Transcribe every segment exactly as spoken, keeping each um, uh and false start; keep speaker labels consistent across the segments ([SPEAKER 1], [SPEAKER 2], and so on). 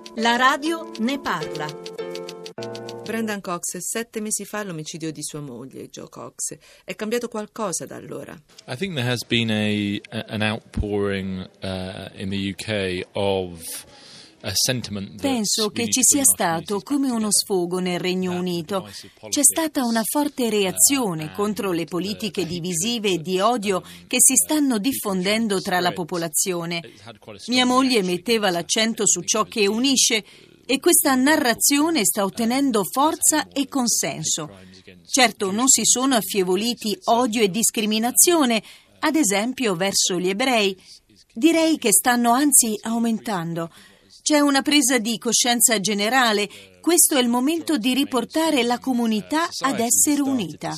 [SPEAKER 1] La radio ne parla.
[SPEAKER 2] Brendan Cox, sette mesi fa l'omicidio di sua moglie, Jo Cox. È cambiato qualcosa da allora?
[SPEAKER 3] I think there has been a, an outpouring uh, in the U K of
[SPEAKER 4] Penso che ci sia stato come uno sfogo nel Regno Unito. C'è stata una forte reazione contro le politiche divisive e di odio che si stanno diffondendo tra la popolazione. Mia moglie metteva l'accento su ciò che unisce e questa narrazione sta ottenendo forza e consenso. Certo, non si sono affievoliti odio e discriminazione, ad esempio verso gli ebrei. Direi che stanno anzi aumentando. C'è una presa di coscienza generale. Questo è il momento di riportare la comunità ad essere unita.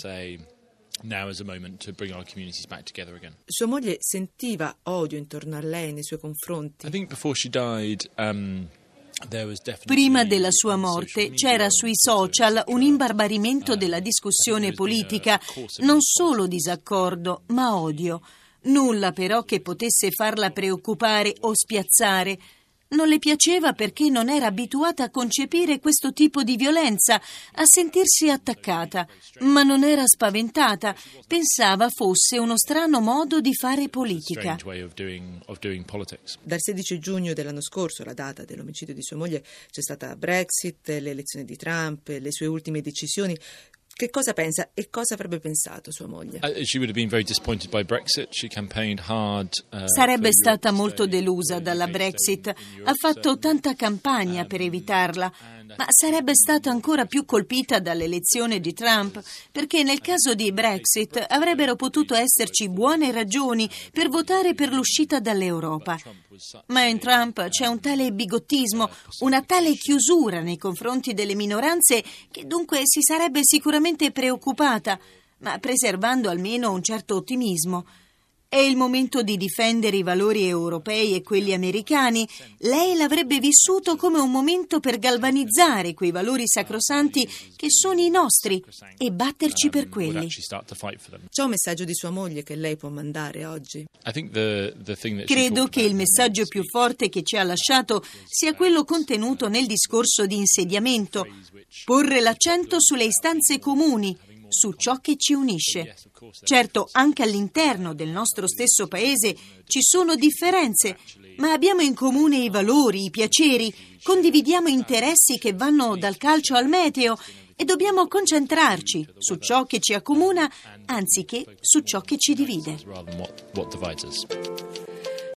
[SPEAKER 2] Sua moglie sentiva odio intorno a lei nei suoi confronti?
[SPEAKER 4] Prima della sua morte c'era sui social un imbarbarimento della discussione politica, non solo disaccordo, ma odio. Nulla però che potesse farla preoccupare o spiazzare. Non le piaceva perché non era abituata a concepire questo tipo di violenza, a sentirsi attaccata, ma non era spaventata, pensava fosse uno strano modo di fare politica.
[SPEAKER 2] Dal sedici giugno dell'anno scorso, la data dell'omicidio di sua moglie, c'è stata Brexit, le elezioni di Trump, le sue ultime decisioni. Che cosa pensa e cosa avrebbe pensato sua moglie?
[SPEAKER 4] Sarebbe stata molto delusa dalla Brexit. Ha fatto tanta campagna per evitarla, ma sarebbe stata ancora più colpita dall'elezione di Trump, perché nel caso di Brexit avrebbero potuto esserci buone ragioni per votare per l'uscita dall'Europa. Ma in Trump c'è un tale bigottismo, una tale chiusura nei confronti delle minoranze che dunque si sarebbe sicuramente preoccupata, ma preservando almeno un certo ottimismo. È il momento di difendere i valori europei e quelli americani. Lei l'avrebbe vissuto come un momento per galvanizzare quei valori sacrosanti che sono i nostri e batterci per quelli.
[SPEAKER 2] C'è un messaggio di sua moglie che lei può mandare oggi?
[SPEAKER 4] Credo che il messaggio più forte che ci ha lasciato sia quello contenuto nel discorso di insediamento. Porre l'accento sulle istanze comuni, su ciò che ci unisce. Certo, anche all'interno del nostro stesso paese ci sono differenze, ma abbiamo in comune i valori, i piaceri, condividiamo interessi che vanno dal calcio al meteo e dobbiamo concentrarci su ciò che ci accomuna anziché su ciò che ci divide.